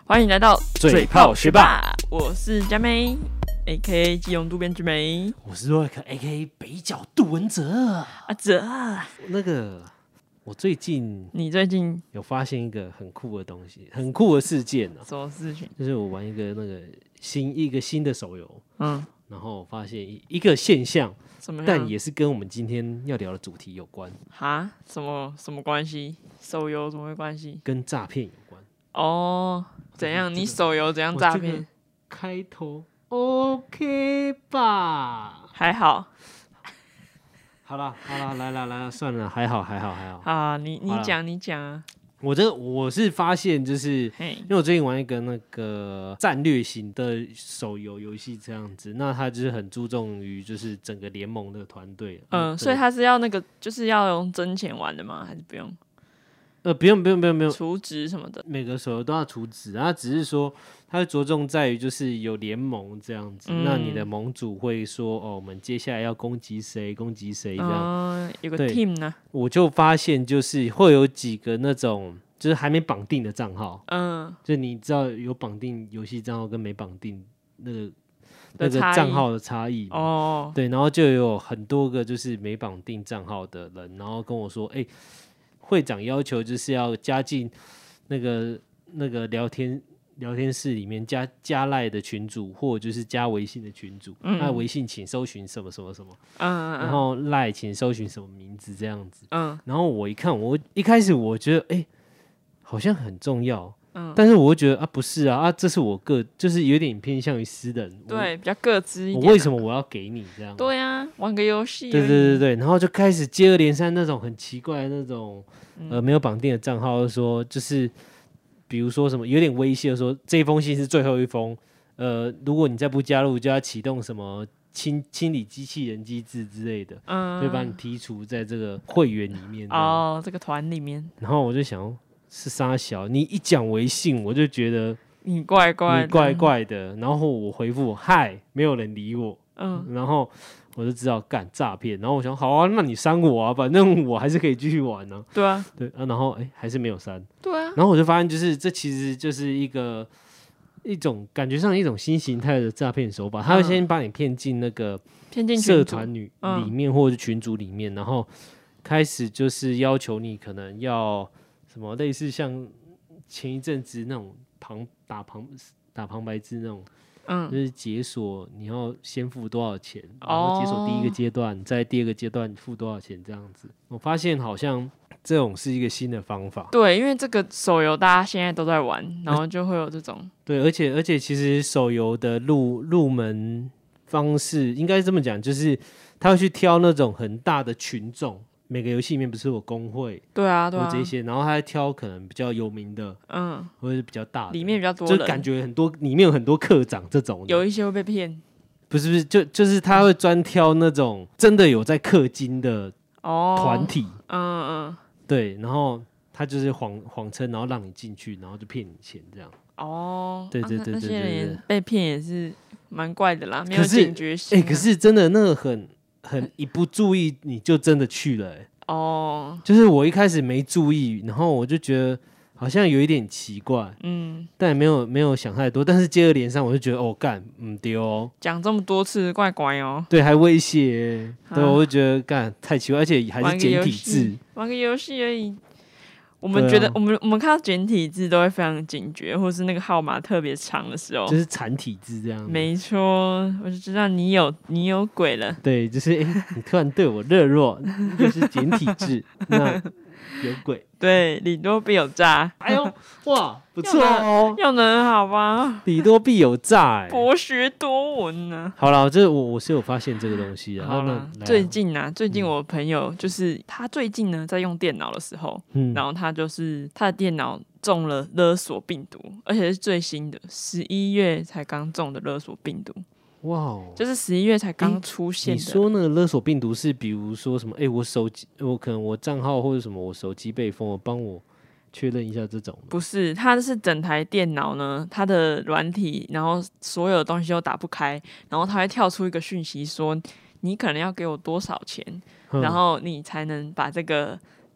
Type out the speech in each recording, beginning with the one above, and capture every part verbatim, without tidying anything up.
欢迎来到嘴炮学霸， 我是佳妹 A K A 基隆渡边之美， 我是洛克 A K A 北角杜文泽。 阿泽， 那个我最近你最近有发现一个很酷的东西，很酷的事件啊！ 什么事情？ 就是我玩一个那个新一个新的手游， 嗯， 然后发现一一个现象， 什么样？ 但也是跟我们今天要聊的主题有关。 哈？什么什么关系？手游怎么会关系？ 跟诈骗有关。 哦，怎样？你手游怎样诈骗？ 开头 OK 吧？ 还好。 好了好了，来了来了，算了，还好还好还好。 啊，你你讲你讲啊。 我这我是发现，就是因为我最近玩一个那个战略型的手游游戏这样子，那它就是很注重于就是整个联盟的团队。 嗯，所以它是要那个就是要用真钱玩的吗？还是不用？ 呃，不用不用不用不用， 储值什么的， 每个手游都要储值，它只是说它会着重在于就是有联盟这样子，嗯、那你的盟主会说哦，我们接下来要攻击谁，攻击谁这样， 嗯、有个 team 呢。 我就发现就是会有几个那种就是还没绑定的账号，嗯，就你知道有绑定游戏账号跟没绑定那个那个账号的差异哦，对，然后就有很多个就是没绑定账号的人，然后跟我说，哎、欸。会长要求就是要加进那个那个聊天聊天室里面加加赖的群组，或者就是加微信的群组。嗯，那微信请搜寻什么什么什么，嗯，然后赖请搜寻什么名字这样子。嗯，然后我一看，我一开始我觉得哎、欸，好像很重要。嗯，但是我会觉得啊，不是啊，啊，这是我个，就是有点偏向于私人， 对，比较个资一点、啊。 我为什么我要给你这样？ 对啊，玩个游戏。 对对对对，然后就开始接二连三那种很奇怪的那种，呃，没有绑定的账号，说就是比如说什么有点威胁，说这封信是最后一封，呃，如果你再不加入，就要启动什么清清理机器人机制之类的，嗯，就把你剔除在这个会员里面。 哦，这个团里面。 然后我就想。是沙小，你一讲微信，我就觉得你怪怪的， 你怪怪的。然后我回复嗨，没有人理我，嗯，然后我就知道干诈骗。然后我想，好啊，那你删我啊，反正我还是可以继续玩呢、啊。 对啊， 对啊，然后哎，还是没有删。 对啊， 然后我就发现，就是这其实就是一个一种感觉上一种新形态的诈骗手法。他会先把你骗进那个骗进社团里里面或者是群组里面，然后开始就是要求你可能要。什么类似像前一阵子那种旁打旁打旁白字那种，嗯，就是解锁你要先付多少钱，然后解锁第一个阶段，在第二个阶段付多少钱这样子。我发现好像这种是一个新的方法。 对，因为这个手游大家现在都在玩，然后就会有这种。 对，而且而且其实手游的入入门方式应该这么讲，就是他会去挑那种很大的群众。每个游戏里面不是有工会， 对啊，对啊， 这些，然后他还挑可能比较有名的，嗯，或者是比较大的， 里面比较多人， 就感觉很多里面有很多课长这种的， 有一些会被骗， 不是不是，就就是他会专挑那种真的有在氪金的团体，哦、嗯嗯，对，然后他就是谎谎称，然后让你进去，然后就骗你钱这样，哦，对对对对对对， 那些人被骗也是蛮怪的啦，没有警觉性、啊， 哎、欸，可是真的那个很。很一不注意你就真的去了、欸、哦， oh. 就是我一开始没注意，然后我就觉得好像有一点奇怪，嗯，但也没有没有想太多，但是接二连三我就觉得哦干唔对哦， 讲这么多次怪怪哦， 对，还威胁、欸，对，啊、我就觉得干太奇怪，而且还是简体字， 玩个游戏而已。我们觉得，啊、我们我们看到简体字都会非常警觉，或是那个号码特别长的时候， 就是繁体字这样。 没错，我就知道你有你有鬼了。 对，就是哎、欸，你突然对我热络，又是简体字，那有鬼。 对，礼多必有诈。 哎呦，哇，不错哦， 用得很好吧？ 礼多必有诈、欸， 博学多闻呢、啊。 好了，这我我是有发现这个东西的。 好了，最近啊，最近我朋友就是他最近呢在用电脑的时候，嗯，然后他就是他的电脑中了勒索病毒，而且是最新的，十一月才刚中的勒索病毒。哇哦！就是十一月才刚出现的。 你说那个勒索病毒是，比如说什么？哎、欸，我手机，我可能我账号或者什么，我手机被封了，帮我确认一下这种。 不是，它是整台电脑呢，它的软体，然后所有的东西都打不开，然后它会跳出一个讯息说，你可能要给我多少钱，嗯、然后你才能把这个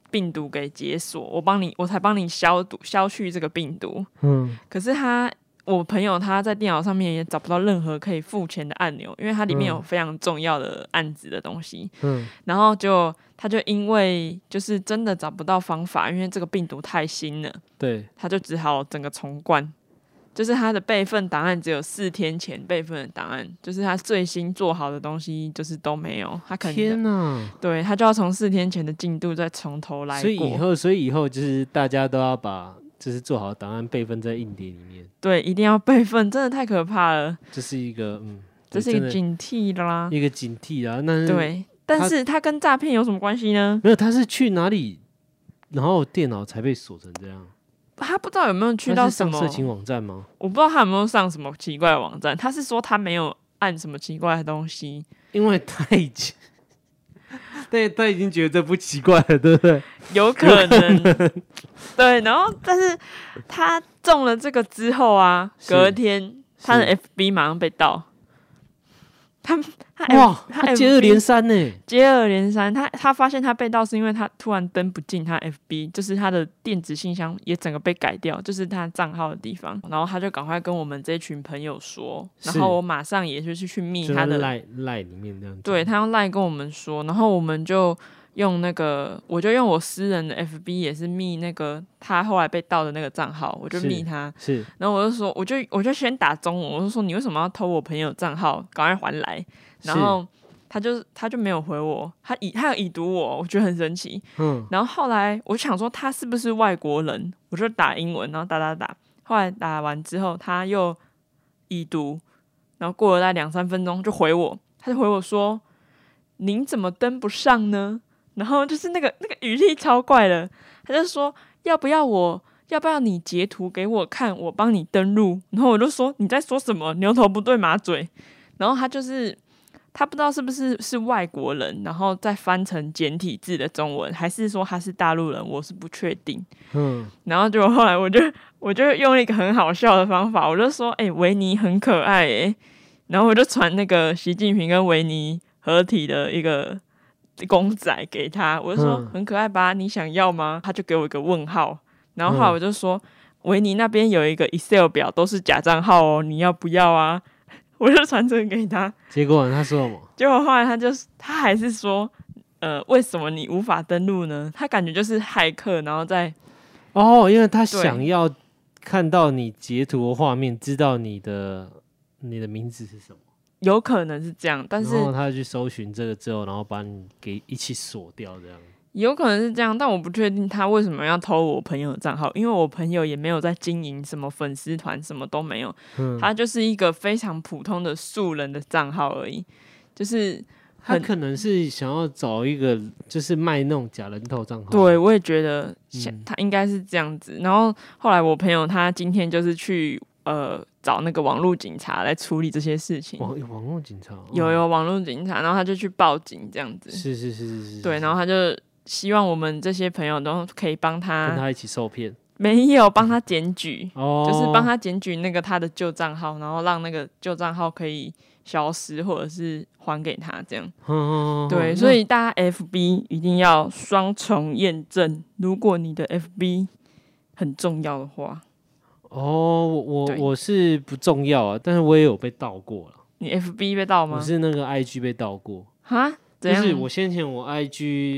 病毒给解锁，我帮你，我才帮你消毒消去这个病毒。嗯，可是他。我朋友他在电脑上面也找不到任何可以付钱的按钮，因为它里面有非常重要的案子的东西。嗯，然后就他就因为就是真的找不到方法，因为这个病毒太新了， 对， 他就只好整个重灌。就是他的备份档案只有四天前备份的档案，就是他最新做好的东西就是都没有。他可能天哪， 对他就要从四天前的进度再从头来过。 所以以后，所以以后就是大家都要把。就是做好档案备份在硬碟里面， 对，一定要备份，真的太可怕了。 这是一个，嗯， 这是一个警惕啦， 一个警惕啦。那对，但是它跟诈骗有什么关系呢？ 没有，他是去哪里，然后电脑才被锁成这样？ 他不知道有没有去到什么上色情网站吗？ 我不知道他有没有上什么奇怪的网站。他是说他没有按什么奇怪的东西， 因为他已经。对，他已经觉得这不奇怪了，对不对？ 有可能，对。然后，但是他中了这个之后啊，隔天他的 F B 马上被盗。他他哇，他接二连三呢， 接二连三。他他发现他被盗是因为他突然登不进他 F B， 就是他的电子信箱也整个被改掉，就是他账号的地方。然后他就赶快跟我们这群朋友说，然后我马上也就是去密他的赖赖里面这样子。 对，他用赖跟我们说，然后我们就用那个，我就用我私人的 F B 也是密那个他后来被盗的那个账号，我就密他。 是， 然后我就说，我就我就先打中文，我就说你为什么要偷我朋友账号？赶快还来。然后他就他就没有回我，他已他有已读我，我觉得很神奇。嗯，然后后来我想说他是不是外国人，我就打英文，然后打打打，后来打完之后他又已读，然后过了大概两三分钟就回我，他就回我说您怎么登不上呢？然后就是那个那个语气超怪的，他就说要不要我要不要你截图给我看，我帮你登录。然后我就说你在说什么，牛头不对马嘴。然后他就是他不知道是不是是外国人，然后再翻成简体字的中文，还是说他是大陆人，我是不确定。嗯，然后结果后来我就我就用了一个很好笑的方法，我就说哎、欸，维尼很可爱哎、欸，然后我就传那个习近平跟维尼合体的一个公仔给他，我就说、嗯、很可爱吧，你想要吗？他就给我一个问号，然后后来我就说、嗯、维尼那边有一个 Excel 表都是假账号哦，你要不要啊？我就传这个给他， 结果他说什么？ 结果后来他就他还是说，呃，为什么你无法登录呢？他感觉就是骇客，然后再哦，因为他想要看到你截图的画面，知道你的你的名字是什么， 有可能是这样，但是然后他去搜寻这个之后，然后把你给一起锁掉，这样。 有可能是这样，但我不确定他为什么要偷我朋友的账号，因为我朋友也没有在经营什么粉丝团，什么都没有、嗯，他就是一个非常普通的素人的账号而已，就是他可能是想要找一个就是卖那种假人头账号。 对，我也觉得他应该是这样子、嗯。然后后来我朋友他今天就是去呃找那个网络警察来处理这些事情。 网网络警察、哦、 有有网络警察，然后他就去报警这样子。 是是是是是。 对，然后他就。希望我们这些朋友都可以帮他跟他一起受骗， 没有帮他检举、 哦， 就是帮他检举那个他的旧账号，然后让那个旧账号可以消失或者是还给他这样。嗯、对，所以大家 F B 一定要双重验证，如果你的 F B 很重要的话。 哦，我我是不重要啊，但是我也有被盗过了。 你 F B 被盗吗？ 我是那个 I G 被盗过。 哈？怎样？ 就是我先前我 I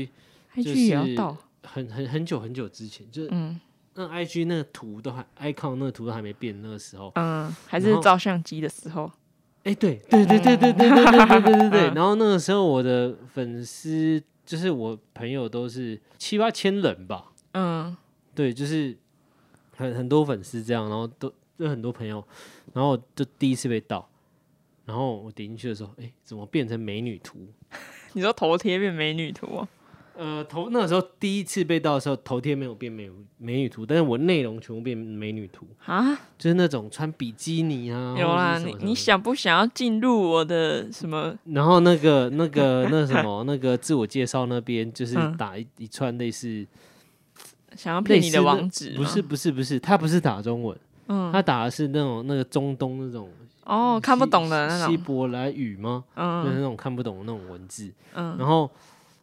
G。I G 也要盗， 很很很久很久之前，就是嗯，那 I G 那个图都还 icon 那个图都还没变那个时候， 嗯，还是照相机的时候， 哎、欸，对对对对对对对对对对对对，然后那个时候我的粉丝就是我朋友都是七八千人吧，嗯，对，就是很很多粉丝这样，然后都有很多朋友，然后就第一次被盗，然后我点进去的时候，哎、欸，怎么变成美女图？ 你说头贴变美女图哦？ 呃，头那个时候第一次被盗的时候，头贴没有变美美女图，但是我内容全部变美女图啊，就是那种穿比基尼啊。 有啦，你你想不想要进入我的什么？ 然后那个那个那什么那个自我介绍那边就是打一、嗯、一串类似想要骗你的网址， 不是不是不是，他不是打中文，嗯，他打的是那种那个中东那种哦看不懂的那种希伯来语吗？嗯，就是那种看不懂的那种文字，嗯，然后。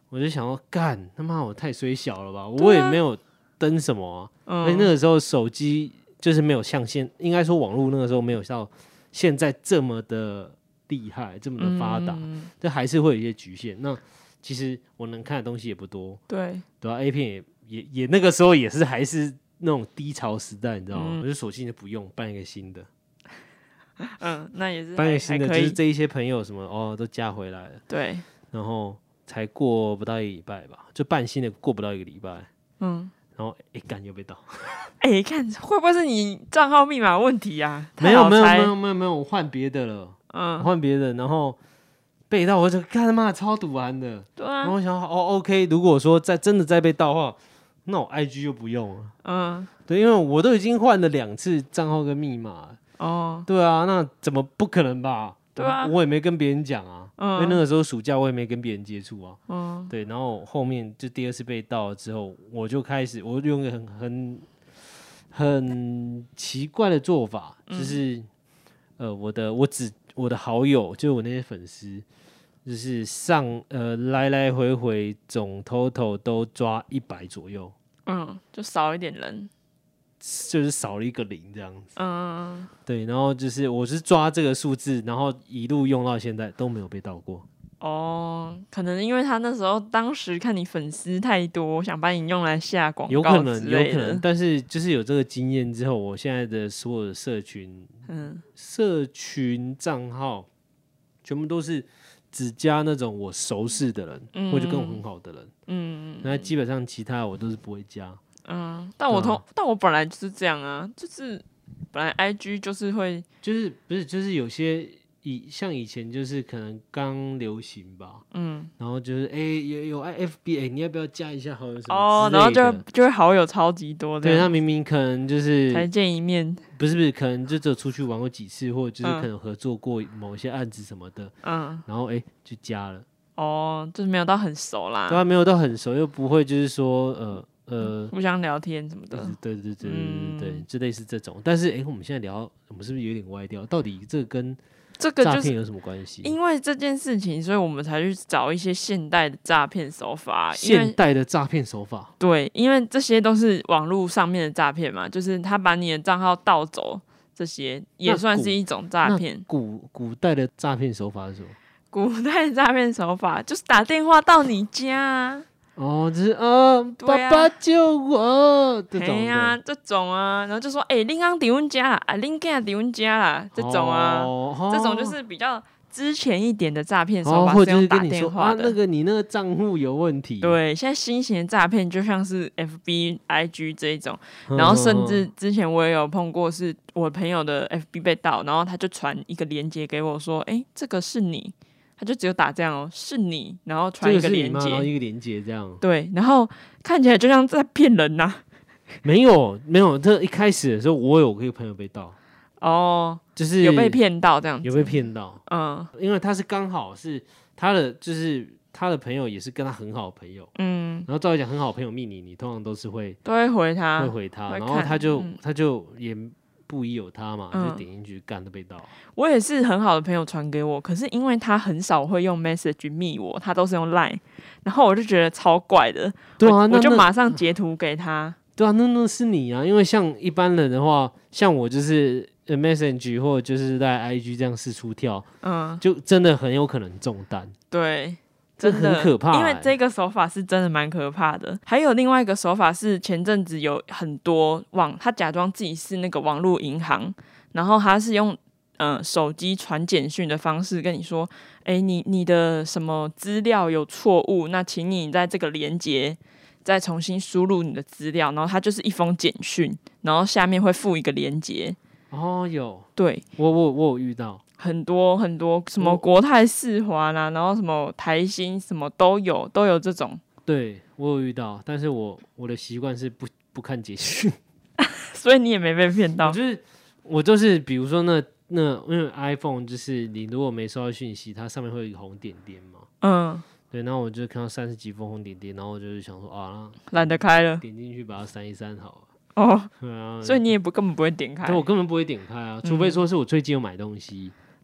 我就想说，干他妈我太衰小了吧，我也没有登什么、啊，嗯、而且那个时候手机就是没有像现，应该说网络那个时候没有像现在这么的厉害，这么的发达，这、嗯、还是会有一些局限。那其实我能看的东西也不多， 对， 对啊 ，A 片也也也那个时候也是还是那种低潮时代，你知道吗？嗯、我就索性就不用办一个新的。 嗯，那也是办一个新的，就是这一些朋友什么哦都加回来了， 对， 然后才过不到一个礼拜吧，就办新的过不到一个礼拜，嗯，然后哎干又被盗， 哎看会不会是你账号密码问题啊？ 没有没有没有没有没有，我换别的了，嗯，换别的，然后被盗，我就看他妈超赌完的， 对啊， 然后我想哦 OK， 如果说再真的再被盗的话，那我 I G 就不用了，嗯，对，因为我都已经换了两次账号跟密码了。哦，对啊，那怎么不可能吧？ 对啊， 我也没跟别人讲啊，嗯、因为那个时候暑假我也没跟别人接触啊。嗯，对，然后后面就第二次被盗了之后，我就开始，我就用一个很很很奇怪的做法，嗯、就是呃，我的我只我的好友，就是我那些粉丝，就是上呃来来回回总 total 都抓一百左右， 嗯，就少一点人。 就是少了一个零这样子，嗯，对，然后就是我是抓这个数字，然后一路用到现在都没有被盗过。 哦，可能因为他那时候当时看你粉丝太多，想把你用来下广告， 有可能，有可能。但是就是有这个经验之后，我现在的所有的社群，嗯，社群账号全部都是只加那种我熟识的人，嗯、或者跟我很好的人，嗯，那基本上其他我都是不会加。 嗯，但我同、啊、但我本来就是这样啊，就是本来 I G 就是会， 就是不是就是有些以像以前就是可能刚流行吧，嗯，然后就是哎、欸、有有 F B 哎、欸，你要不要加一下好友什么之类的，哦，然后就就会好友超级多的， 对，他明明可能就是才见一面， 不是不是，可能就只有出去玩过几次，或者就是可能合作过某些案子什么的，嗯，然后哎、欸、就加了， 哦，就是没有到很熟啦， 对啊，没有到很熟，又不会就是说呃。呃， 互相聊天什么的， 对对对对对对对，就类似这种。但是，哎，我们现在聊，我们是不是有点歪掉？到底这个跟这个诈骗有什么关系？ 因为这件事情，所以我们才去找一些现代的诈骗手法。 现代的诈骗手法， 对，因为这些都是网络上面的诈骗嘛，就是他把你的账号盗走，这些也算是一种诈骗。 古古代的诈骗手法是什么？ 古代的诈骗手法就是打电话到你家啊。 哦，就是啊，爸爸救我这种的， 啊，这种啊，然后就说，哎、欸，恁翁伫阮家啦，啊，恁囝伫阮家啦，这种啊，哦哦、这种就是比较之前一点的诈骗手法， 哦、 是用打电话的。 啊，那个你那个账户有问题。 对，现在新型的诈骗就像是 F B、I G 这一种，然后甚至之前我也有碰过，是我朋友的 F B 被盗，然后他就传一个链接给我说，哎、欸，这个是你。他就只有打这样哦，是你，然后传一个连结， 然后一个连结这样。 对，然后看起来就像在骗人呐、啊。 没有，没有，这一开始的时候，我有一个朋友被盗，哦，就是有被骗到这样子， 有被骗到，嗯，因为他是刚好是他的，就是他的朋友也是跟他很好的朋友，嗯，然后照理讲很好的朋友密你，你通常都是会都会回他， 会回他，然后他就、嗯、他就也。不疑有他嘛，就点进去干都被盗。 我也是很好的朋友传给我，可是因为他很少会用 message 密我，他都是用 line， 然后我就觉得超怪的。 对啊， 我, 我就马上截图给他。 对啊，那那是你啊，因为像一般人的话，像我就是 message 或者就是在 I G 这样四处跳，嗯，就真的很有可能中弹。 对。 这很可怕、欸， 因为这个手法是真的蛮可怕的。还有另外一个手法是，前阵子有很多网，他假装自己是那个网络银行，然后他是用呃手机传简讯的方式跟你说，哎，你你的什么资料有错误，那请你在这个连结再重新输入你的资料，然后它就是一封简讯，然后下面会附一个连结。 哦，有， 对， 我我我有遇到。 很多很多什么国泰世华啦，然后什么台新什么都有，都有这种。 对，我有遇到，但是我我的习惯是不不看简讯， 所以你也没被骗到。 我就是我就是比如说那那因为 iPhone 就是你如果没收到讯息，它上面会有一个红点点嘛。嗯。对，然后我就看到三十几封红点点，然后我就是想说啊， 懒得开了， 点进去把它删一删好了。哦， 对啊，所以你也不根本不会点开。 对，我根本不会点开啊，除非说是我最近有买东西。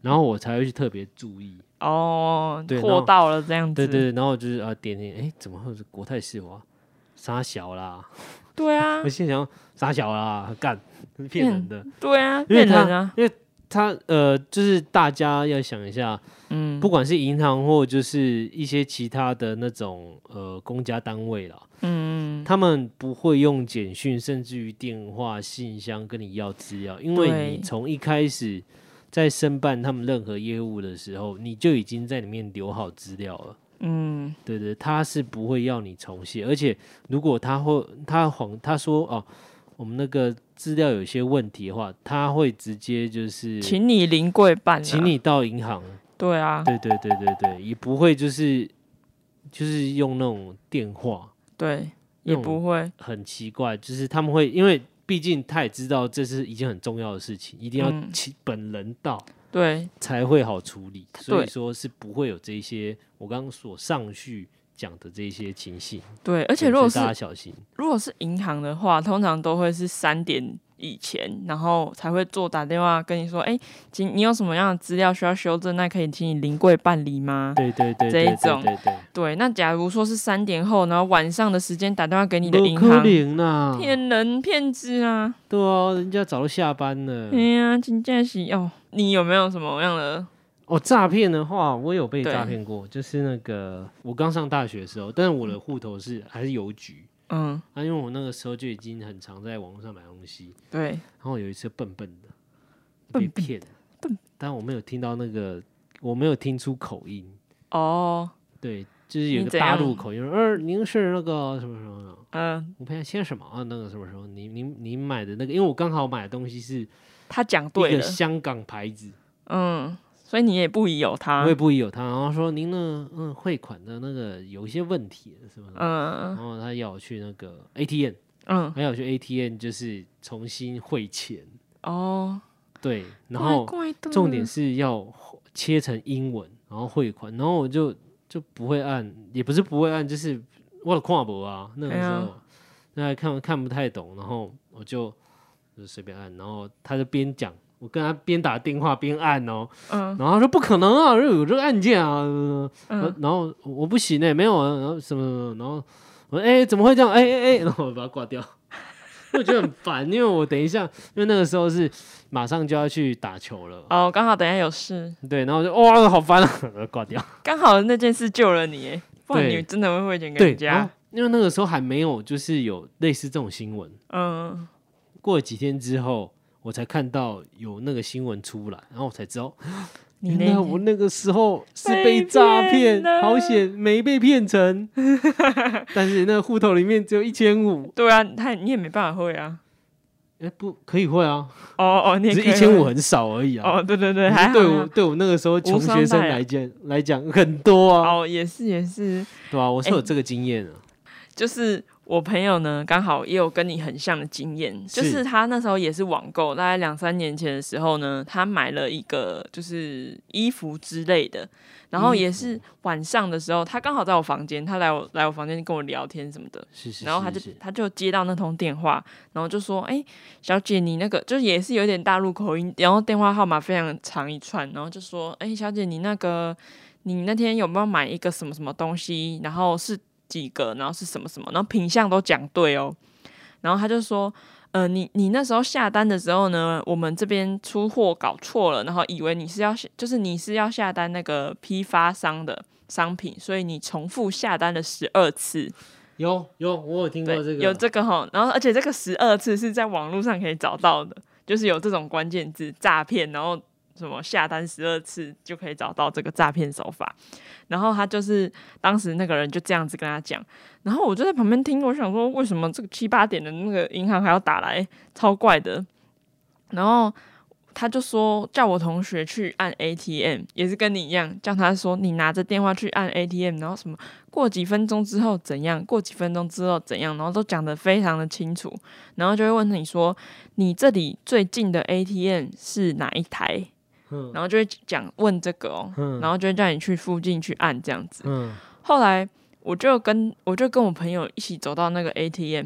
然后我才会去特别注意。 哦，货到了这样子。 对对对，然后就是啊点点，哎，怎么会是国泰世华？傻小啦。 对啊， 我心想傻小啦，干，骗人的。 对啊，骗人啊， 因为他呃，就是大家要想一下，嗯，不管是银行或就是一些其他的那种呃公家单位啦，嗯，他们不会用简讯，甚至于电话、信箱跟你要资料，因为你从一开始在申办他们任何业务的时候，你就已经在里面留好资料了。嗯，对对，他是不会要你重写，而且如果他会他谎他说哦，我们那个资料有些问题的话，他会直接就是请你临柜办、啊， 请你到银行。 对啊， 对对对对对，也不会就是就是用那种电话， 对，也不会很奇怪，就是他们会因为毕竟他也知道这是一件很重要的事情，一定要请本人到。嗯对， 才会好处理，所以说是不会有这些我刚刚所上述讲的这些情形。 对，而且如果是大家小心， 如果是银行的话，通常都会是三点以前，然后才会做打电话跟你说，哎，请你有什么样的资料需要修正，那可以请你临柜办理吗？ 对对对， 这一种， 对对对对。 对，那假如说是三点后，然后晚上的时间打电话给你的银行，骗人骗子啊！ 对啊，人家早就下班了。 哎呀，真的是哦。你有没有什么样的？ 哦，诈骗的话，我有被诈骗过，就是那个我刚上大学的时候，但是我的户头是还是邮局。嗯，啊，因为我那个时候就已经很常在网络上买东西。 对， 然后有一次笨笨的被骗，笨，但我没有听到那个，我没有听出口音。哦，对，就是有个大陆口音，呃，您是那个什么什么？嗯，我骗先什么啊？那个什么什么？您您您买的那个，因为我刚好买的东西是。 他讲对了， 一个香港牌子， 嗯，所以你也不疑有他， 我也不疑有他。然后说您呢，嗯，汇款的那个有一些问题，是吗？嗯，然后他要我去那个 A T M， 嗯，他要我去 A T M， 就是重新汇钱。哦，对，然后重点是要切成英文，然后汇款，然后我就就不会按，也不是不会按，就是我的看不啊，那个时候那还看看不太懂，然后我就。就随便按，然后他就边讲，我跟他边打电话边按哦，嗯，然后他说不可能啊，有这个按键啊，嗯、然后我不行哎、欸，没有啊，然后什么什么，然后我说哎、欸、怎么会这样，哎哎哎，然后我把它挂掉，我觉得很烦，因为我等一下，因为那个时候是马上就要去打球了， 哦，刚好等一下有事， 对，然后我就哇好烦啊，把它挂掉， 刚好那件事救了你，不然你真的会汇钱给人家， 因为那个时候还没有就是有类似这种新闻，嗯。过了几天之后，我才看到有那个新闻出来，然后我才知道，原来我那个时候是被诈骗，好险没被骗成。但是那个户头里面只有一千五。 对啊，他你也没办法汇啊。 哎，不可以汇啊。 哦哦，你只是一千五很少而已啊。 哦，对对对，还好对我对我那个时候穷学生来讲来讲很多啊。 哦，也是也是。 对啊，我是有这个经验啊。 就是。我朋友呢，刚好也有跟你很像的经验，就是他那时候也是网购，大概两三年前的时候呢，他买了一个就是衣服之类的，然后也是晚上的时候，他刚好在我房间，他来我来我房间跟我聊天什么的， 是是是是， 然后他就他就接到那通电话，然后就说，哎、欸，小姐你那个就是也是有点大陆口音，然后电话号码非常长一串，然后就说，哎、欸，小姐你那个你那天有没有买一个什么什么东西，然后是。几个，然后是什么什么，然后品项都讲对哦。然后他就说，呃，你你那时候下单的时候呢，我们这边出货搞错了，然后以为你是要就是你是要下单那个批发商的商品，所以你重复下单了十二次。 有有，我有听过这个， 有这个哈。然后而且这个十二次是在网络上可以找到的，就是有这种关键字诈骗，然后什么下单十二次就可以找到这个诈骗手法。然后他就是当时那个人就这样子跟他讲，然后我就在旁边听，我想说为什么这个七八点的那个银行还要打来，超怪的。然后他就说叫我同学去按 A T M， 也是跟你一样，叫他说你拿着电话去按 A T M， 然后什么过几分钟之后怎样，过几分钟之后怎样，然后都讲得非常的清楚，然后就会问你说你这里最近的 A T M 是哪一台？然后就会讲问这个哦，嗯、然后就会叫你去附近去按这样子。嗯、后来我就跟我就跟我朋友一起走到那个 A T M，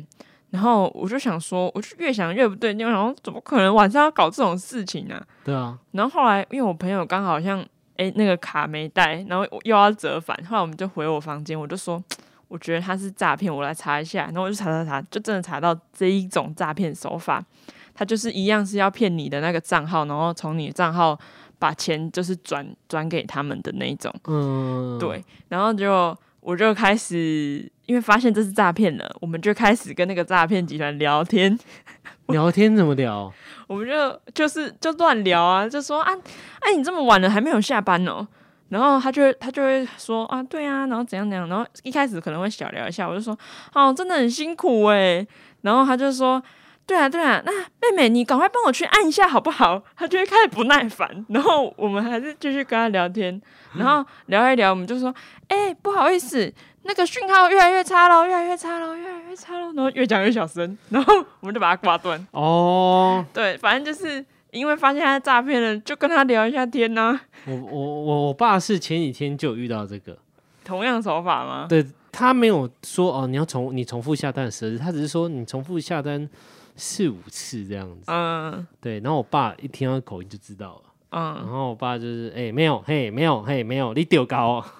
然后我就想说，我就越想越不对劲，我想说怎么可能晚上要搞这种事情啊？ 对啊。 然后后来因为我朋友刚好像哎那个卡没带，然后又要折返，后来我们就回我房间，我就说我觉得他是诈骗，我来查一下。然后我就查查查，就真的查到这一种诈骗手法，他就是一样是要骗你的那个账号，然后从你的账号把钱就是转转给他们的那一种。嗯，对，然后就。我就开始，因为发现这是诈骗了，我们就开始跟那个诈骗集团聊天。 聊天怎么聊？ 我们就就是就乱聊啊，就说啊，哎、啊，你这么晚了还没有下班哦。然后他就他就会说啊，对啊，然后怎样怎样。然后一开始可能会小聊一下，我就说哦，真的很辛苦哎。然后他就说。对啊，对啊，那妹妹，你赶快帮我去按一下好不好？他就会开始不耐烦，然后我们还是继续跟他聊天，然后聊一聊，我们就说，哎、欸，不好意思，那个讯号越来越差咯，越来越差咯，越来越差咯，然后越讲越小声，然后我们就把他挂断。哦，对，反正就是因为发现他诈骗了，就跟他聊一下天呐、啊。 我我我我爸是前几天就有遇到这个同样手法吗？ 对，他没有说哦，你要重你重复下单的设置，他只是说你重复下单。四五次这样子，嗯，对，然后我爸一听到口音就知道了，嗯，然后我爸就是哎、欸、没有，嘿没有，嘿没有，你丢高、哦，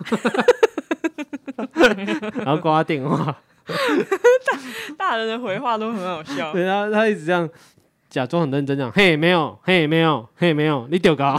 然后挂他电话， 大, 大人的回话都很好笑， 对，他他一直这样假装很认真讲，嘿没有，嘿没有，嘿没有，你丢高，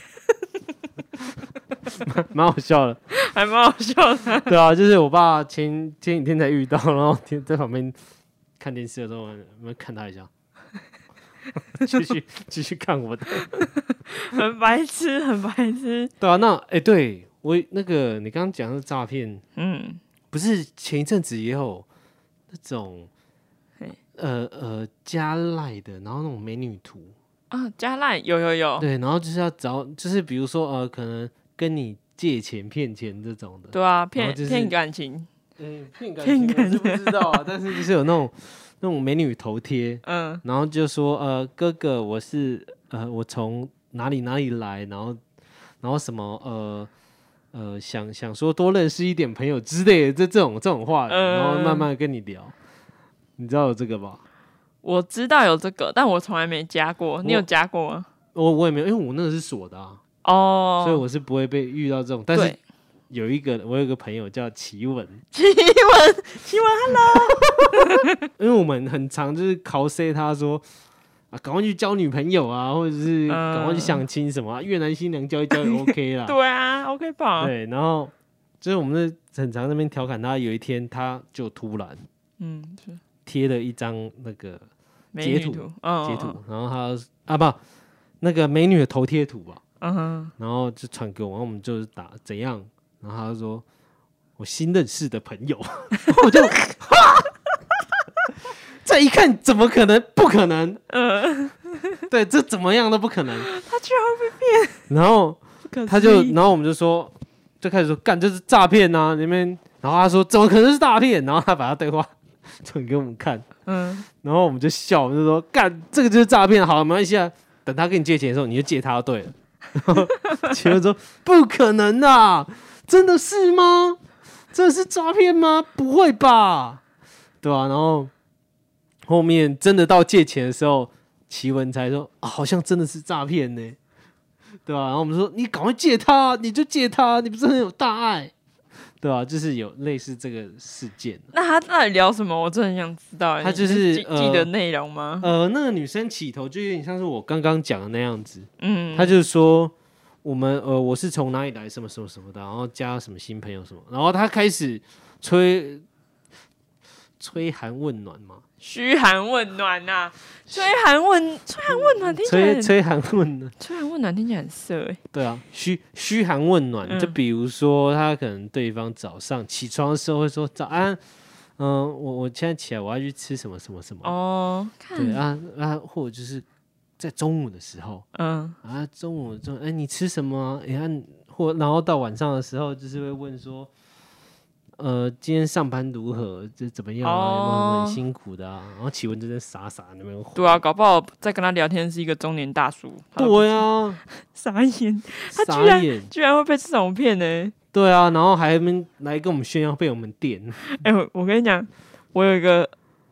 蛮好笑的， 还蛮好笑的， 对啊，就是我爸前前几天才遇到，然后在旁边。看电视的时候，我们看他一下，继续继续看我的， 很白痴，很白痴。 对啊，那哎、欸，对我那个你刚刚讲的诈骗，嗯，不是前一阵子也有那种，呃呃加赖的，然后那种美女图啊，加赖有有有， 对，然后就是要找，就是比如说呃，可能跟你借钱骗钱这种的， 对啊，骗骗、就是、感情。 嗯，骗感情我是不知道啊，但是就是有那种那种美女头贴，嗯，然后就说呃哥哥我是呃我从哪里哪里来，然后然后什么呃呃想想说多认识一点朋友之类的这这种这种话，嗯、然后慢慢跟你聊，你知道有这个吧？ 我知道有这个，但我从来没加过，你有加过吗？ 我我也没有，因为我那个是锁的啊，哦，所以我是不会被遇到这种，但是。有一个，我有一个朋友叫奇文， 奇文，奇文 ，Hello。 因为我们很常就是 cos 他说啊，赶快去交女朋友啊，或者是赶快去相亲什么、啊，越南新娘交一交也 OK 啦。 对啊 ，OK 吧？ 对，然后就是我们很常那边调侃他，有一天他就突然，嗯，贴了一张那个截图，截、哦、图，然后他啊不，那个美女的头贴图吧，嗯哼，然后就传给我，然后我们就是打怎样。然后他就说：“我新认识的朋友。”我就这一看，怎么可能？不可能！嗯，对，这怎么样都不可能。 他居然会被骗。 然后他就，然后我们就说，就开始说，干，这是诈骗啊！那边，然后他说，怎么可能是诈骗？然后他把他对话传给我们看，嗯，然后我们就笑，我们就说，干，这个就是诈骗。好了，没关系啊，等他跟你借钱的时候，你就借他就对了。然后奇文说：“不可能啊！”真的是吗？这是诈骗吗？不会吧，对吧、啊？然后后面真的到借钱的时候，奇文才说、啊、好像真的是诈骗呢，对吧、啊？然后我们说你赶快借他，你就借他，你不是很有大爱，对吧、啊？就是有类似这个事件。 那他到底聊什么？我真的很想知道。 他就是记、呃、记得内容吗？ 呃，那个女生起头就有点像是我刚刚讲的那样子，嗯，他就是说。我们呃，我是从哪里来，什么什么什么的，然后加什么新朋友什么，然后他开始吹吹寒问暖嘛， 嘘寒问暖呐、啊，吹寒问吹寒问暖听起来吹吹寒问暖， 吹寒问暖听起来很色哎。 对啊，嘘嘘寒问暖、嗯，就比如说他可能对方早上起床的时候会说早安，嗯、呃，我我现在起来我要去吃什么什么什么哦，对啊啊，或者就是。在中午的时候，嗯啊，中午中，哎、欸，你吃什么、啊？你、欸、看，或然后到晚上的时候，就是会问说，呃，今天上班如何？这怎么样啊？哦、有没有很辛苦的啊？然后启文就在傻傻那边。 对啊，搞不好在跟他聊天是一个中年大叔。 对啊， 傻眼，他居然居然会被这种骗呢、欸？ 对啊，然后还来跟我们炫耀被我们电。 哎、欸，我跟你讲，我有一个。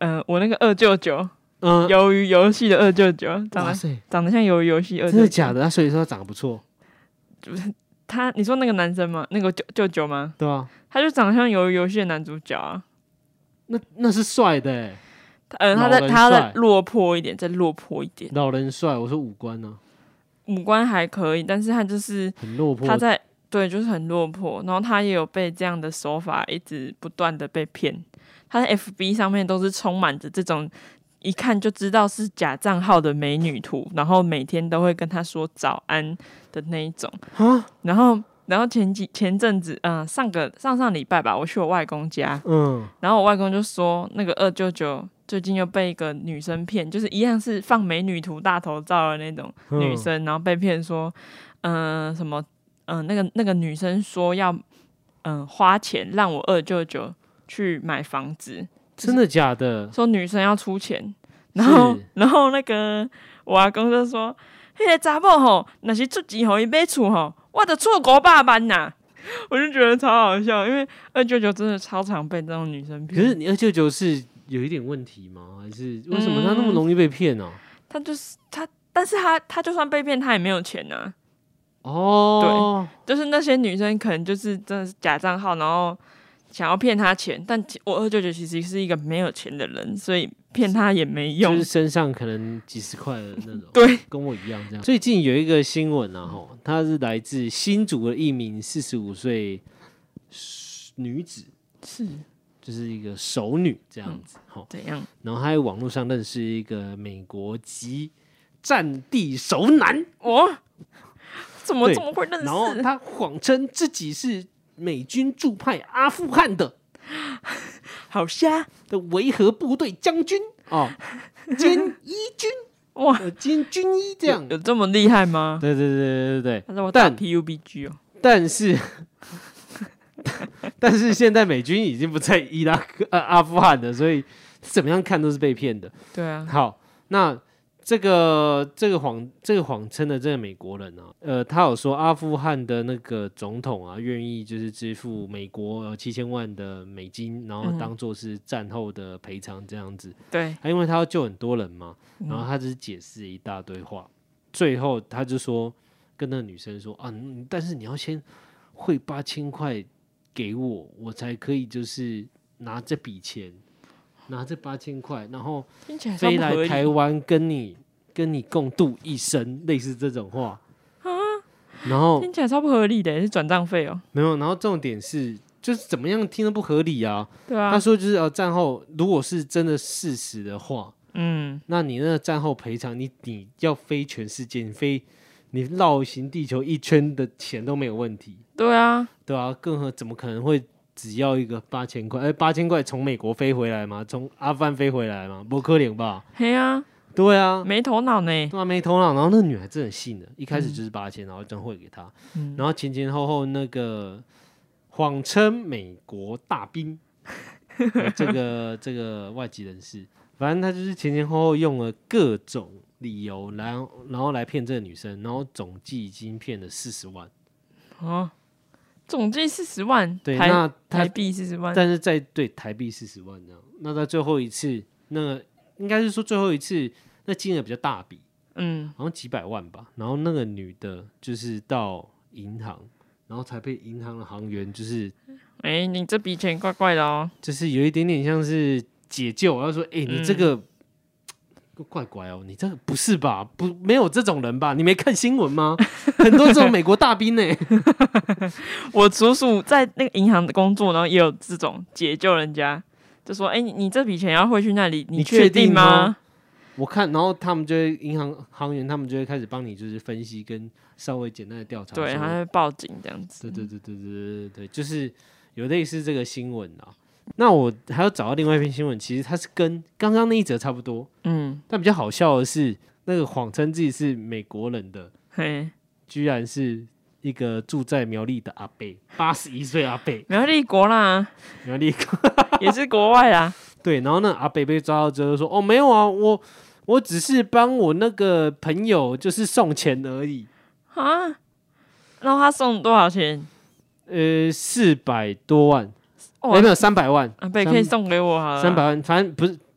呃，我那个二舅舅，嗯，鱿鱼游戏的二舅舅，长得长得像鱿鱼游戏二舅舅， 真的假的？他所以说他长得不错。 他，你说那个男生吗？那个舅舅舅吗？ 对啊， 他就长得像鱿鱼游戏的男主角啊。 那那是帅的哎。 嗯，他在他再落魄一点，再落魄一点。 老人帅，我说五官呢、 啊？五官还可以，但是他就是很落魄。 他在对，就是很落魄。然后他也有被这样的手法一直不断的被骗。他在 F B 上面都是充满着这种一看就知道是假账号的美女图，然后每天都会跟他说早安的那一种。然后。然后前几前阵子，嗯、呃，上个上上礼拜吧，我去我外公家，嗯，然后我外公就说，那个二舅舅最近又被一个女生骗，就是一样是放美女图大头照的那种女生，嗯、然后被骗说，嗯、呃，什么，嗯、呃，那个那个女生说要，嗯、呃，花钱让我二舅舅去买房子， 真的假的？ 说女生要出钱，然后然后那个我阿公就说，迄、那个查某吼，若是出钱互伊买厝吼。我的错五百万呐！我就觉得超好笑，因为二舅舅真的超常被这种女生骗。 可是你二舅舅是有一点问题吗？还是为什么他那么容易被骗呢、啊嗯？ 他就是他，但是他他就算被骗，他也没有钱呐、啊。哦，对，就是那些女生可能就是真的是假账号，然后想要骗他钱，但我二舅舅其实是一个没有钱的人，所以骗他也没用， 就是身上可能几十块的那种。 对， 跟我一样这样。最近有一个新闻啊，吼，它是来自新竹的一名四十五岁女子， 是， 就是一个熟女这样子， 嗯、怎样？ 然后她在网络上认识一个美国籍战地熟男， 哦，怎么这么会认识？ 然后她谎称自己是美军驻派阿富汗的。 好瞎的维和部队将军哦，兼一军哇，兼军医这样有, 有这么厉害吗？ 对对对对对他说我打 P U B G 哦， 但是但是现在美军已经不在伊拉克、呃、阿富汗了，所以怎么样看都是被骗的。 对啊， 好，那这个这个谎这个谎称的这个美国人啊，呃，他有说阿富汗的那个总统啊，愿意就是支付美国七千万的美金，然后当做是战后的赔偿这样子。 对、 嗯，因为他要救很多人嘛，然后他只是解释一大堆话，嗯、最后他就说跟那个女生说啊，但是你要先汇八千块给我，我才可以就是拿这笔钱。拿这八千块，然后飞来台湾跟你跟你共度一生，类似这种话啊。然后听起来超不合理的，是转账费哦。 没有，然后重点是就是怎么样听都不合理啊。 对啊， 他说就是呃战后如果是真的事实的话，嗯，那你那个战后赔偿，你你要飞全世界，你飞你绕行地球一圈的钱都没有问题。 对啊， 对啊，更何怎么可能会？只要一个八千块，哎，八千块从美国飞回来吗？从阿富汗飞回来吗？不可能吧？ 嘿啊， 对啊， 没头脑呢。 对啊，没头脑。然后那个女孩真的信了，一开始就是八千，然后真汇给他，嗯、然后前前后后那个谎称美国大兵，这个这个外籍人士，反正他就是前前后后用了各种理由，然后然后来骗这个女生，然后总计已经骗了四十万。 哦。总计四十万， 对，那台币四十万， 但是在对台币四十万这样，那在最后一次，那个应该是说最后一次，那金额比较大笔，嗯，好像几百万吧。然后那个女的，就是到银行，然后才被银行的行员就是， 哎、欸，你这笔钱怪怪的哦， 就是有一点点像是解救，然后说，哎、欸，你这个。嗯怪怪哦，你这个不是吧？不，没有这种人吧？你没看新闻吗？很多这种美国大兵呢、欸。 我叔叔在那个银行的工作，然后也有这种解救人家，就说：“哎、欸，你你这笔钱要汇去那里，你确定吗？” 我看，然后他们就会银行行员，他们就会开始帮你就是分析跟稍微简单的调查， 对，他会报警这样子。 对对对对对对对，就是有类似这个新闻啊。那我还要找到另外一篇新闻，其实它是跟刚刚那一则差不多，嗯，但比较好笑的是，那个谎称自己是美国人的，嘿，居然是一个住在苗栗的阿伯，八十一岁阿伯， 苗栗国啦， 苗栗国也是国外啦， 对，然后那阿伯被抓到之后说，哦，没有啊，我我只是帮我那个朋友就是送钱而已， 啊，然后他送多少钱？ 呃，四百多万。哦、没有三百万， 阿伯可以送给我好了。 三百万，反正不是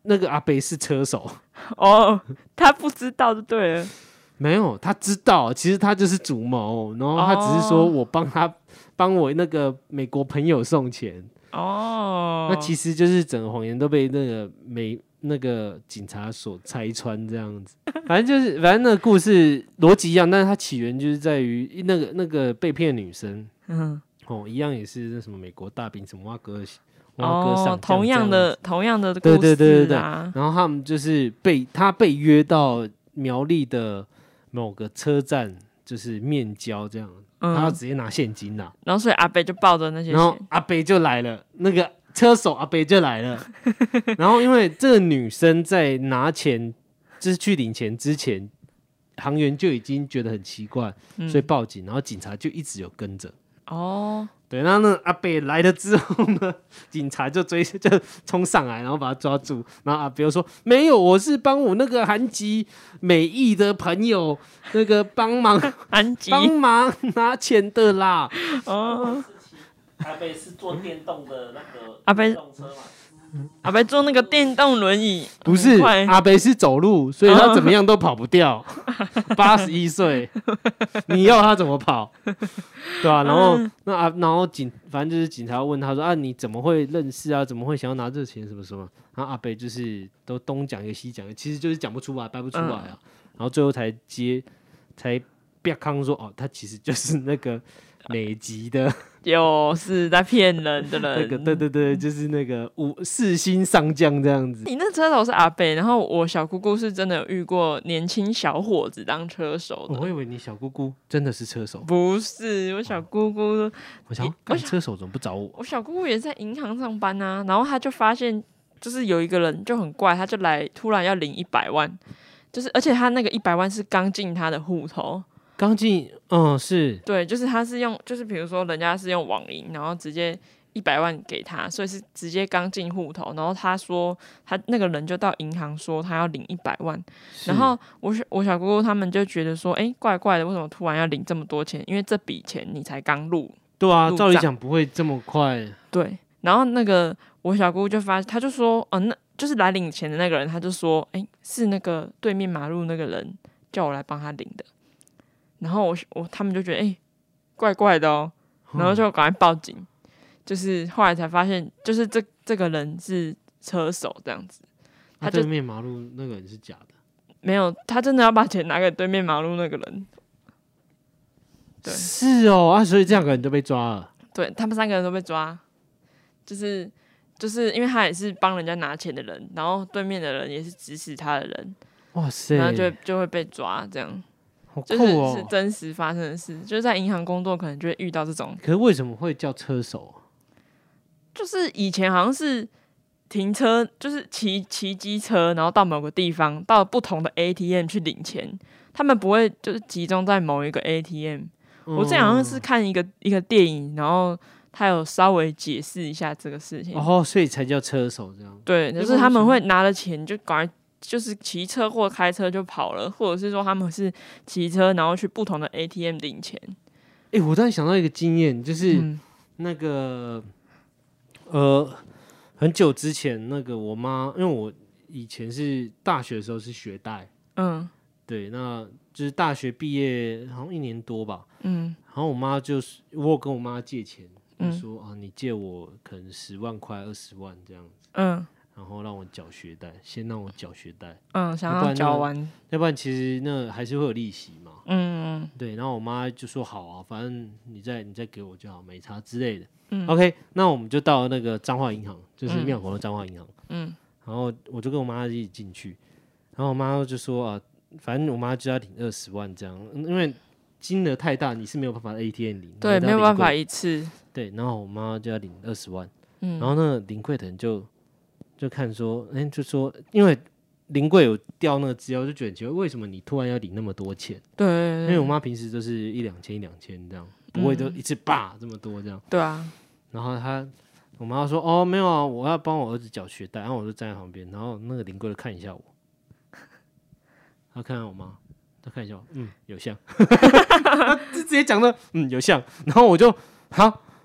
那个阿伯是车手哦，他不知道就对了。 没有，他知道，其实他就是主谋，然后他只是说我帮他帮我那个美国朋友送钱哦，那其实就是整个谎言都被那个美那个警察所拆穿这样子。反正就是反正那个故事逻辑一样，但是它起源就是在于那个那个被骗的女生，嗯，哦，一样也是那什么美国大兵什么蛙哥。 哦，同样的同样的故事、啊， 对对对对对。然后他们就是被他被约到苗栗的某个车站，就是面交这样，嗯、他要直接拿现金啦。 然后所以阿伯就抱着那些钱， 然后阿伯就来了，那个车手阿伯就来了。然后因为这个女生在拿钱，就是去领钱之前，行员就已经觉得很奇怪，嗯、所以报警，然后警察就一直有跟着。哦。对，然后那阿伯来了之后呢，警察就追就冲上来，然后把他抓住。然后阿伯说：“没有，我是帮我那个韩籍美裔的朋友那个帮忙， 韩籍帮忙拿钱的啦。” 哦，阿伯是坐电动的那个阿伯电动车嘛。 阿伯坐那个电动轮椅， 不是阿伯是走路，所以他怎么样都跑不掉。八十一岁，你要他怎么跑？对啊，然后那啊，然后警反正就是警察问他说啊，你怎么会认识啊？怎么会想要拿这钱什么什么？然后阿伯就是都东讲一个西讲一个，其实就是讲不出来，掰不出来啊。嗯、然后最后才接才别康说哦，他其实就是那个美籍的。 就是在骗人的人， 那个对对对，就是那个五四星上将这样子。 你那车手是阿伯，然后我小姑姑是真的有遇过年轻小伙子当车手的。 我以为你小姑姑真的是车手， 不是，我小姑姑。哦、 我想，干车手怎么不找我？ 我小姑姑也在银行上班啊，然后她就发现，就是有一个人就很怪，他就来突然要领一百万，就是而且他那个一百万是刚进他的户头。 刚进，嗯，是对，就是他是用，就是比如说人家是用网银，然后直接一百万给他，所以是直接刚进户头。然后他说他那个人就到银行说他要领一百万，然后我我小姑姑他们就觉得说，哎、欸，怪怪的，为什么突然要领这么多钱？因为这笔钱你才刚入， 对啊，照理讲不会这么快。 对，然后那个我小姑姑就发，他就说，嗯、呃，那就是来领钱的那个人，他就说，哎、欸，是那个对面马路那个人叫我来帮他领的。然后我我他们就觉得哎、欸，怪怪的哦，然后就赶快报警。嗯、就是后来才发现，就是这这个人是车手这样子。 他对面马路那个人是假的， 没有，他真的要把钱拿给对面马路那个人。对， 是哦啊，所以这两个人都被抓了。 对他们三个人都被抓，就是就是因为他也是帮人家拿钱的人，然后对面的人也是指使他的人。 哇塞， 然后就就会被抓这样。 好酷哦， 就是是真实发生的事，就是在银行工作可能就会遇到这种。 可是为什么会叫车手？ 就是以前好像是停车，就是骑骑机车，然后到某个地方，到不同的 A T M 去领钱，他们不会就是集中在某一个 A T M。嗯、我之前好像是看一个一个电影，然后他有稍微解释一下这个事情。 哦，所以才叫车手这样。 对，就是他们会拿了钱就赶快。就是骑车或开车就跑了，或者是说他们是骑车然后去不同的 A T M 领钱。 哎、欸，我突然想到一个经验，就是那个、嗯、呃，很久之前那个我妈，因为我以前是大学的时候是学贷，嗯，对，那就是大学毕业好像一年多吧，嗯，然后我妈就是我有跟我妈借钱，就说、嗯、啊，你借我可能十万块、二十万这样子，嗯。然后让我缴学贷，先让我缴学贷， 嗯，想要缴完， 要不然其实那还是会有利息嘛，嗯，对。然后我妈就说好啊，反正你再你再给我就好，没差之类的。嗯 ，OK， 那我们就到那个彰化银行，就是庙口的彰化银行，嗯，然后我就跟我妈一起进去，然后我妈就说啊，反正我妈就要领二十万这样，因为金额太大，你是没有办法 A T M 领， 对，没有办法一次， 对。然后我妈就要领二十万，嗯，然后那个临柜的人就。就看说，哎、欸，就说，因为临柜有调那个资料，就觉得奇怪，为什么你突然要领那么多钱？ 对，因为我妈平时都是一两千一两千这样，不会都一次叭这么多这样。 对啊。 然后她，我妈说，哦，没有啊，我要帮我儿子缴学贷，然后我就站在旁边，然后那个临柜就看一下我，他看看我妈，他看一下我，嗯，有像，就直接讲的，嗯，有像，然后我就，好，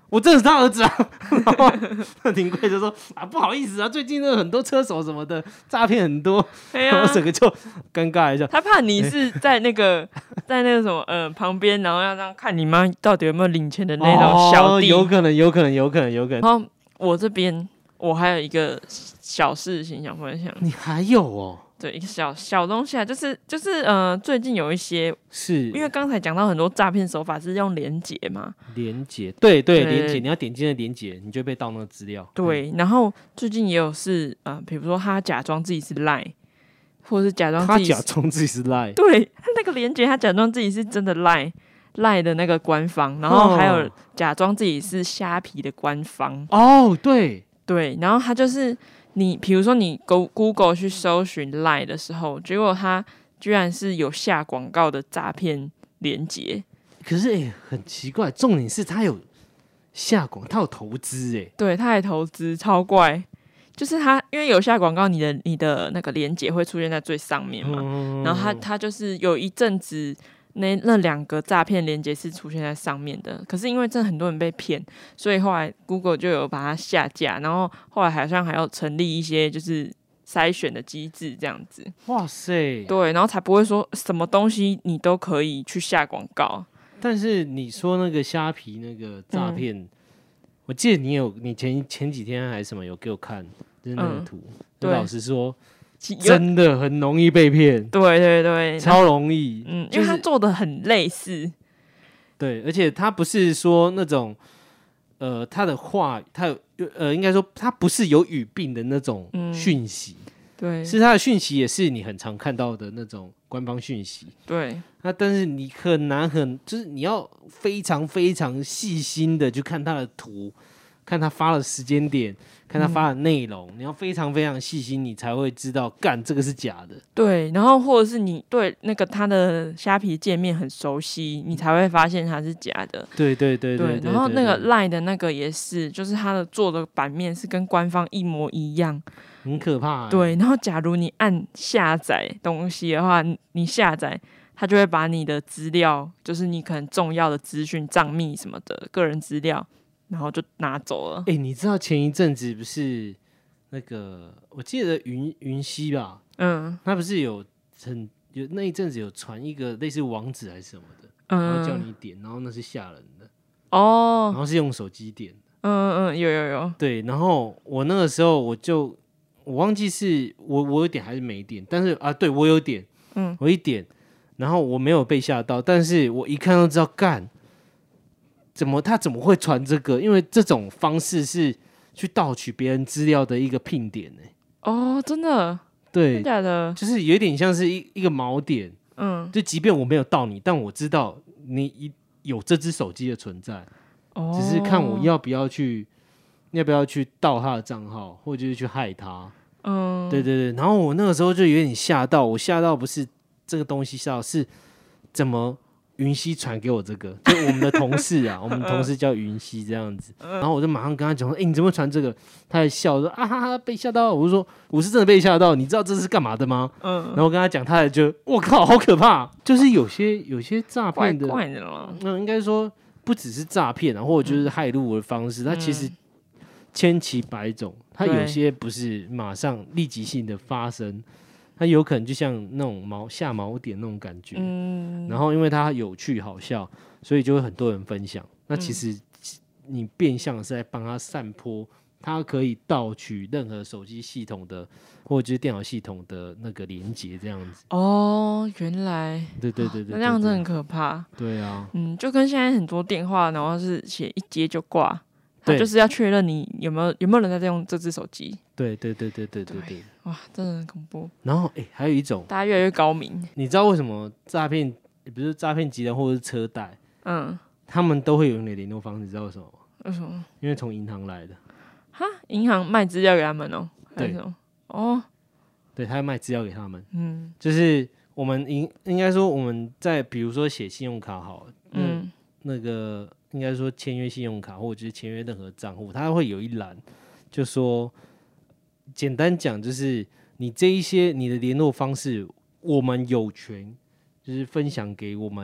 我真的是他儿子啊。然后庭贵就说啊，不好意思啊，最近那很多车手什么的诈骗很多，哎、然后整个就尴尬一下。 他怕你是在那个、欸、在那个什么呃旁边，然后要这样看你妈到底有没有领钱的那种小弟， 哦、有可能，有可能，有可能，有可能。 然后我这边我还有一个小事情想分享， 你还有哦？ 对，一个小小东西啊，就是就是呃，最近有一些是因为刚才讲到很多诈骗手法是用连结嘛， 连结，对对，连结，你要点进的连结，你就被盗那个资料。 对，嗯、然后最近也有是呃，比如说他假装自己是 Line， 或者是假装自己他假装自己是 Line， 对，他那个连结他假装自己是真的 Line Line 的那个官方，然后还有假装自己是虾皮的官方。 哦，对对，然后他就是你，比如说你 Google 去搜寻 Line 的时候，结果他居然是有下广告的诈骗连结。 可是哎、欸，很奇怪，重点是他有下广，他有投资哎、欸， 对，他还投资，超怪。就是他因为有下广告，你的你的那个连结会出现在最上面嘛，嗯、然后他他就是有一阵子。那那两个诈骗连结是出现在上面的，可是因为真的很多人被骗，所以后来 Google 就有把它下架，然后后来好像还要成立一些就是筛选的机制这样子。 哇塞， 对，然后才不会说什么东西你都可以去下广告。 但是你说那个虾皮那个诈骗、嗯，我记得你有你前前几天还是什么有给我看，就是那个图，嗯、对，老实说。真的很容易被骗， 对对对， 超容易， 嗯，因为他做的很类似， 对，而且他不是说那种，呃，他的话，他有，呃，应该说他不是有语病的那种讯息，嗯、 对， 是他的讯息也是你很常看到的那种官方讯息， 对， 那但是你很难很，就是你要非常非常细心的去看他的图，看他发的时间点。看他发的内容、嗯，你要非常非常细心，你才会知道，干这个是假的。 对，然后或者是你对那个他的虾皮界面很熟悉，你才会发现它是假的。 对对对 对, 对, 对。 然后那个 Line 的那个也是，就是它的做的版面是跟官方一模一样， 很可怕、欸。 对，然后假如你按下载东西的话，你下载，它就会把你的资料，就是你可能重要的资讯、账密什么的个人资料。然后就拿走了。 哎、欸，你知道前一阵子不是那个，我记得云云溪吧，嗯，他不是有很有那一阵子有传一个类似网址还是什么的，嗯、然后叫你点，然后那是吓人的哦，然后是用手机点的， 嗯嗯，有有有， 对，然后我那个时候我就我忘记是我我有点还是没点，但是啊，对我有点，嗯，我一点，然后我没有被吓到，但是我一看都知道干。怎么他怎么会传这个？因为这种方式是去盗取别人资料的一个聘点呢、欸。 哦，真的？ 对， 真的假的？ 就是有点像是一一个锚点。嗯，就即便我没有盗你，但我知道你有这只手机的存在，哦、只是看我要不要去，要不要去盗他的账号，或者是去害他。嗯，对对对。然后我那个时候就有点吓到，我吓到不是这个东西吓到，是怎么？云溪传给我这个，就我们的同事啊，我们同事叫云溪这样子，然后我就马上跟他讲说：“哎、欸，你怎么传这个？”他还笑说：“啊哈哈，被嚇到。”我就说：“我是真的被吓到，你知道这是干嘛的吗？”嗯，然后我跟他讲，他还觉得我靠，好可怕！就是有些有些诈骗的， 怪怪的了。 嗯，应该说不只是诈骗啊，或者就是害入我的方式，它、嗯、其实千奇百种，它有些不是马上立即性的发生。它有可能就像那种锚下锚点那种感觉、嗯，然后因为它有趣好笑，所以就会很多人分享。那其实你变相是在帮他散播，它可以盗取任何手机系统的或者就是电脑系统的那个连结这样子。 哦，原来， 对对对 对, 对, 对, 对， 那这样真的很可怕。 对啊， 嗯，就跟现在很多电话，然后是写一接就挂。他就是要确认你有没有有没有人在用这只手机。 对对对对对对 对, 对， 哇，真的很恐怖。 然后哎、欸，还有一种， 大家越来越高明。 你知道为什么诈骗，比如说诈骗集团或者是车贷，嗯，他们都会有你的联络方式，你知道为什么吗？ 为什么？ 因为从银行来的。 哈，银行卖资料给他们哦、喔？ 对， 哦， 对，他要卖资料给他们。嗯，就是我们应应该说我们在比如说写信用卡好了，嗯，那个。应该说签约信用卡或者是签约任何账户，它会有一栏，就说简单讲就是你这一些你的联络方式，我们有权就是分享给我们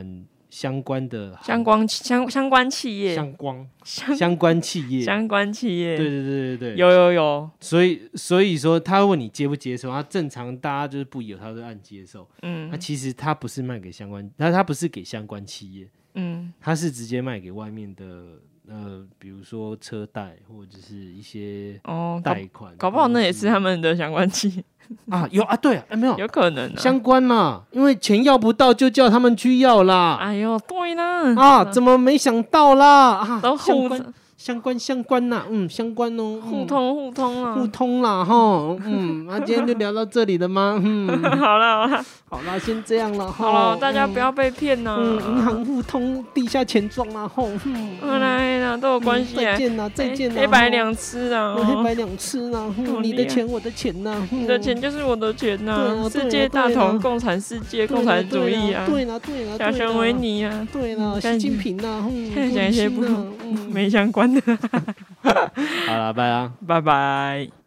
相关的相关相相关企业， 相关相关企业， 相关企业， 对对对对对， 有有有。 所以所以说，他问你接不接受，他正常大家就是不有，他都按接受。嗯，他其实他不是卖给相关，他他不是给相关企业，嗯，他是直接卖给外面的。呃，比如说车贷或者是一些贷款、哦搞，搞不好那也是他们的相关企业啊，有啊，对啊，哎没有， 有可能、啊、 相关啦，因为钱要不到就叫他们去要啦。 哎呦，对啦， 啊，怎么没想到啦？啊， 都互相关相关呐、啊，嗯，相关哦， 互通互通啊， 互通啦哈，嗯，那、啊、今天就聊到这里了吗？嗯， 好了好了， 好啦，先这样了哈。 好了，大家不要被骗呐、啊。 嗯，银行互通，地下钱庄啦，吼，嗯， 好啦啦，都有关系、啊嗯。再见啦，再见啦， 黑白两吃啊， 黑白两吃啊，嗯、你的钱我的钱呐、啊， 你的钱就是我的钱呐、啊啊，世界大同，共产世界，共产主义啊， 对啦对啦， 小熊维尼啊， 对啦，习近平啊， 看讲一些不没相关的。 好了，拜啦， 拜拜。